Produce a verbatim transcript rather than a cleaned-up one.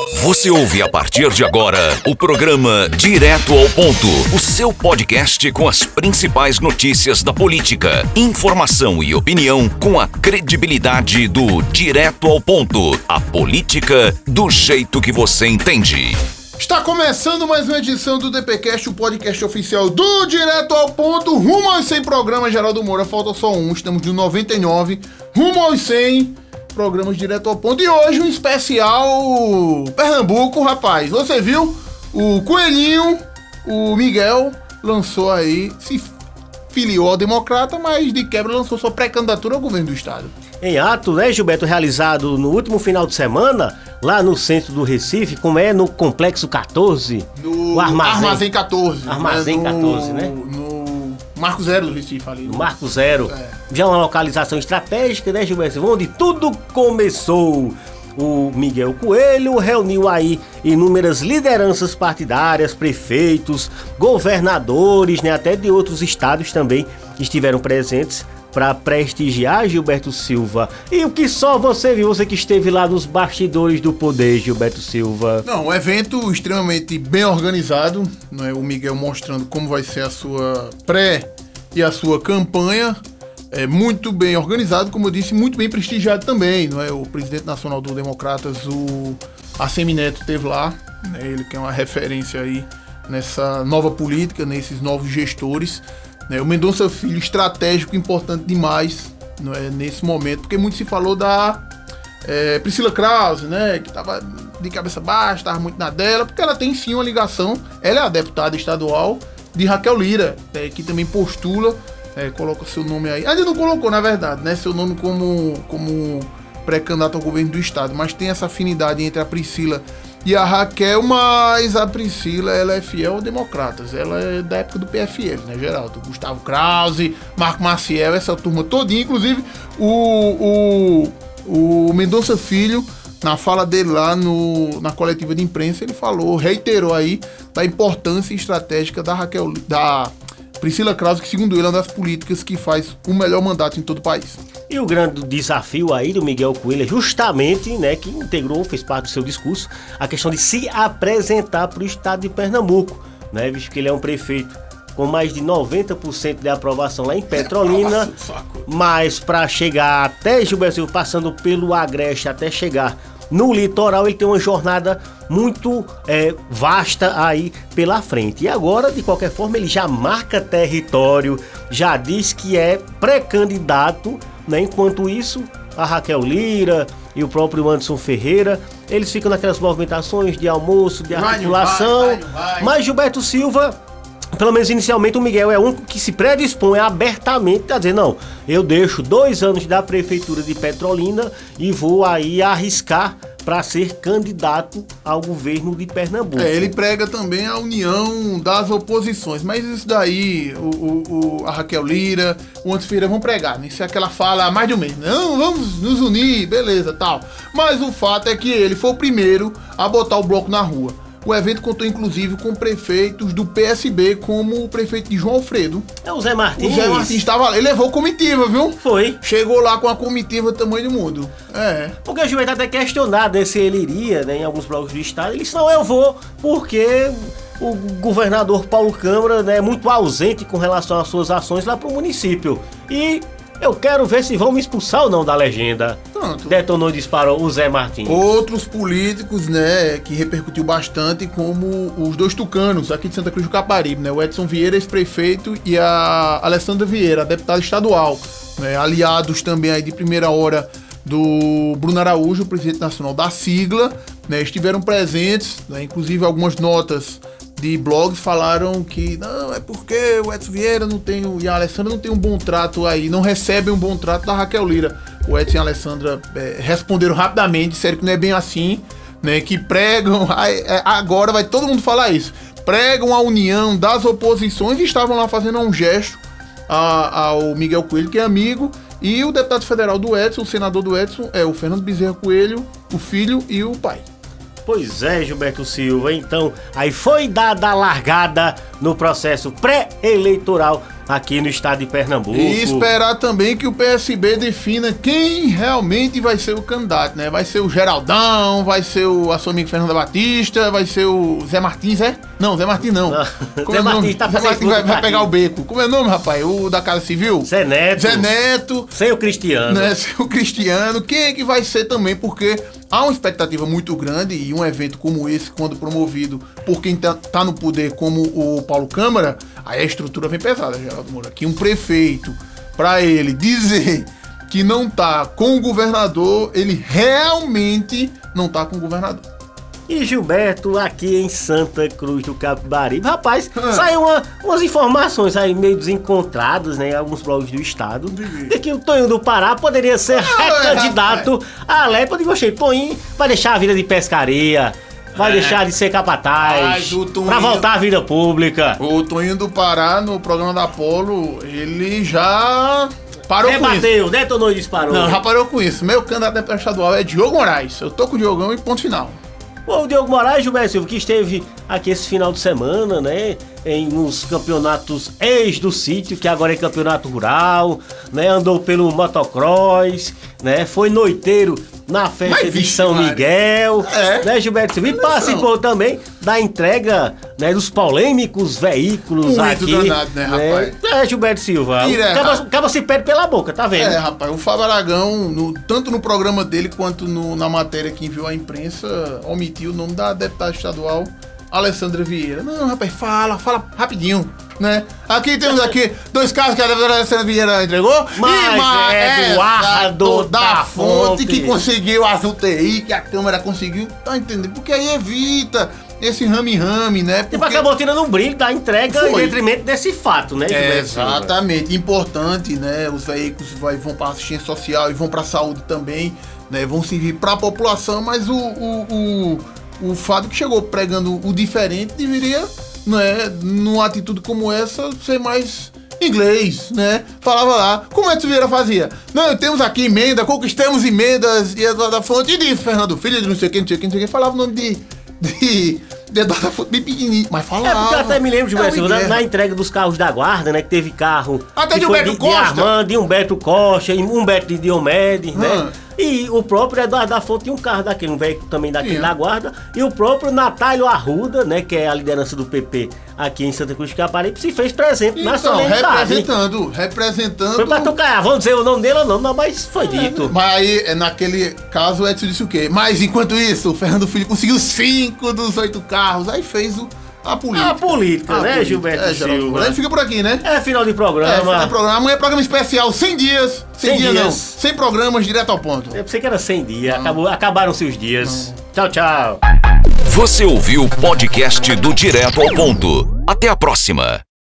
Você ouve a partir de agora o programa Direto ao Ponto, o seu podcast com as principais notícias da política, informação e opinião com a credibilidade do Direto ao Ponto, a política do jeito que você entende. Está começando mais uma edição do DPcast, o podcast oficial do Direto ao Ponto, rumo aos cem programas. Geraldo Moura, falta só um, estamos no noventa e nove, rumo aos cem programas Direto ao Ponto. E hoje um especial Pernambuco, rapaz. Você viu? O Coelhinho, o Miguel, lançou aí, se filiou ao Democrata, mas de quebra lançou sua pré-candidatura ao governo do estado. Em ato, né, Gilberto, realizado no último final de semana, lá no centro do Recife, como é no Complexo quatorze. No o Armazém, Armazém quatorze. Armazém né? no, quatorze, né? No Marco Zero do Recife ali. No Marco Zero. É. Já uma localização estratégica, né, Gilberto? Onde tudo começou. O Miguel Coelho reuniu aí inúmeras lideranças partidárias, prefeitos, governadores, né, até de outros estados também que estiveram presentes para prestigiar Gilberto Silva. E o que só você viu, você que esteve lá nos bastidores do poder, Gilberto Silva? Não, um evento extremamente bem organizado, né? O Miguel mostrando como vai ser a sua pré e a sua campanha. É muito bem organizado, como eu disse, muito bem prestigiado também, não é? O presidente nacional do Democratas, o Assemi Neto, esteve lá, né? Ele que é uma referência aí nessa nova política, nesses novos gestores, né? O Mendonça Filho, estratégico, importante demais, não é? Nesse momento, porque muito se falou da é, Priscila Krause, né? Que estava de cabeça baixa, estava muito na dela, porque ela tem sim uma ligação, ela é a deputada estadual de Raquel Lira, é, que também postula. É, coloca seu nome aí. Ainda não colocou, na verdade, né? Seu nome como, como pré-candidato ao governo do estado. Mas tem essa afinidade entre a Priscila e a Raquel. Mas a Priscila, ela é fiel a democratas. Ela é da época do P F L, né, Geraldo? Gustavo Krause, Marco Maciel, essa turma todinha. Inclusive, o, o, o Mendonça Filho, na fala dele lá no, na coletiva de imprensa, ele falou, reiterou aí da importância estratégica da Raquel, da Priscila Krause, que segundo ele é uma das políticas que faz o melhor mandato em todo o país. E o grande desafio aí do Miguel Coelho é justamente, né, que integrou, fez parte do seu discurso, a questão de se apresentar para o estado de Pernambuco, né, visto que ele é um prefeito com mais de noventa por cento de aprovação lá em Petrolina, mas para chegar até Gilberto Silva, passando pelo Agreste até chegar no litoral, ele tem uma jornada muito é, vasta aí pela frente. E agora, de qualquer forma, ele já marca território, já diz que é pré-candidato, né? Enquanto isso, a Raquel Lira e o próprio Anderson Ferreira, eles ficam naquelas movimentações de almoço, de articulação. Vai, vai, vai, vai. Mas Gilberto Silva, pelo menos inicialmente, o Miguel é o único que se predispõe abertamente a dizer, não, eu deixo dois anos da prefeitura de Petrolina e vou aí arriscar para ser candidato ao governo de Pernambuco. É, ele prega também a união das oposições, mas isso daí, o, o, o, a Raquel Lira, o Anderson Ferreira vão pregar, né? Isso é aquela fala há mais de um mês, não, vamos nos unir, beleza, tal. Mas o fato é que ele foi o primeiro a botar o bloco na rua. O evento contou, inclusive, com prefeitos do P S B, como o prefeito de João Alfredo. É o Zé Martins. O Zé Martins estava lá. Ele levou comitiva, viu? Foi. Chegou lá com a comitiva do tamanho do mundo. É. Porque o Gilberto até questionado, né, se ele iria, né, em alguns blocos do estado. Ele disse, não, eu vou, porque o governador Paulo Câmara, né, é muito ausente com relação às suas ações lá pro município. E eu quero ver se vão me expulsar ou não da legenda. Pronto. Detonou e disparou o Zé Martins. Outros políticos, né, que repercutiu bastante, como os dois tucanos aqui de Santa Cruz do Caparibe, né, o Edson Vieira, ex-prefeito, e a Alessandra Vieira, a deputada estadual, né, aliados também aí de primeira hora do Bruno Araújo, presidente nacional da sigla, né, estiveram presentes, né, inclusive algumas notas de blogs falaram que não, é porque o Edson Vieira não tem, e a Alessandra não tem um bom trato aí, não recebem um bom trato da Raquel Lira. O Edson e a Alessandra é, responderam rapidamente, disseram que não é bem assim, né, que pregam, agora vai todo mundo falar isso, pregam a união das oposições e estavam lá fazendo um gesto a, ao Miguel Coelho, que é amigo, e o deputado federal do Edson, o senador do Edson, é o Fernando Bezerra Coelho, o filho e o pai. Pois é, Gilberto Silva, então aí foi dada a largada no processo pré-eleitoral aqui no estado de Pernambuco. E esperar também que o P S B defina quem realmente vai ser o candidato, né? Vai ser o Geraldão, vai ser o a sua amiga Fernanda Batista, vai ser o Zé Martins, é? Não, Zé Martins não. não. Zé Martins tá Zé Martins vai, vai pegar o beco. Como é o nome, rapaz? O da Casa Civil? Zé Neto. Zé Neto. Sem o Cristiano. Né? Sem o Cristiano. Quem é que vai ser também? Porque há uma expectativa muito grande e um evento como esse, quando promovido por quem tá, tá no poder, como o Paulo Câmara, aí a estrutura vem pesada, Geraldo Moura. Que um prefeito, pra ele dizer que não tá com o governador, ele realmente não tá com o governador. E Gilberto, aqui em Santa Cruz do Capibaribe, rapaz, ah. saiu uma, umas informações aí meio desencontradas, né, em alguns blogs do estado, de, de que o Toninho do Pará poderia ser ah, recandidato é, à Lepa. Eu digo, achei, Toninho vai deixar a vida de pescaria, vai é. deixar de ser capataz, Toninho, pra voltar à vida pública. O Toninho do Pará, no programa da Apolo, ele já... Parou Rebateu, com isso. detonou e disparou. Não, já parou com isso. Meu candidato a deputado estadual é Diogo Moraes. Eu tô com o Diogão e ponto final. O Diogo Moraes, Gilberto Silva, que esteve aqui esse final de semana, né, em nos campeonatos ex do sítio, que agora é campeonato rural, né, andou pelo motocross, né, foi noiteiro na festa Mas, de São Mário. Miguel, é. né, Gilberto Silva, e participou também da entrega, né, dos polêmicos veículos Muito aqui. Muito danado, né, rapaz? É, Gilberto Silva, acaba se perde pela boca, tá vendo? É, rapaz, o Fábio Aragão, no, tanto no programa dele quanto no, na matéria que enviou à imprensa, omitiu o nome da deputada estadual Alessandra Vieira. Não, rapaz, fala, fala rapidinho, né? Aqui temos aqui dois casos que a deputada Alessandra Vieira entregou. Mas e é Eduardo da, da Fonte, Fonte que conseguiu as U T I, que a Câmara conseguiu. Tá entendendo? Porque aí evita esse rame-rame, né? Porque... Tipo, acabou tirando um brilho da entrega Foi. em detrimento desse fato, né? É, exatamente. Importante, né? Os veículos vai, vão para assistência social e vão para a saúde também, né? Vão servir para a população, mas o... o, o O Fábio que chegou pregando o diferente deveria, né, numa atitude como essa, ser mais inglês, né? Falava lá, como é que o Vieira fazia? Não, temos aqui emenda, conquistamos emendas, e Eduardo da Fonte, e de Fernando Filho, de não sei quem, não sei quem, não sei quem, falava o nome de... de... de Eduardo da Fonte bem pequenininho, mas falava. É, porque eu até me lembro, Gilberto, na, na entrega dos carros da guarda, né, que teve carro... Até de Humberto de, Costa. De Armando, de Humberto Costa, Humberto de Diomedes, hum. né? E o próprio Eduardo da Fonte tinha um carro daquele, um veículo também daquele Sim. da guarda. E o próprio Natálio Arruda, né, que é a liderança do P P aqui em Santa Cruz de Caparibe, se fez presente então, na solenidade. representando, representando... Foi pra tocar, vamos dizer o nome dele ou não, não, mas foi dito. Mas aí, naquele caso, o Edson disse o quê? Mas enquanto isso, o Fernando Filho conseguiu cinco dos oito carros, aí fez o... A política. A política, a né, política. Gilberto é, Silva? A gente fica por aqui, né? É final de programa. É, final de programa. Amanhã é programa especial, cem dias. cem dias não. cem programas direto ao ponto. Eu pensei que era cem dias. Acabou, acabaram-se os dias. Não. Tchau, tchau. Você ouviu o podcast do Direto ao Ponto. Até a próxima.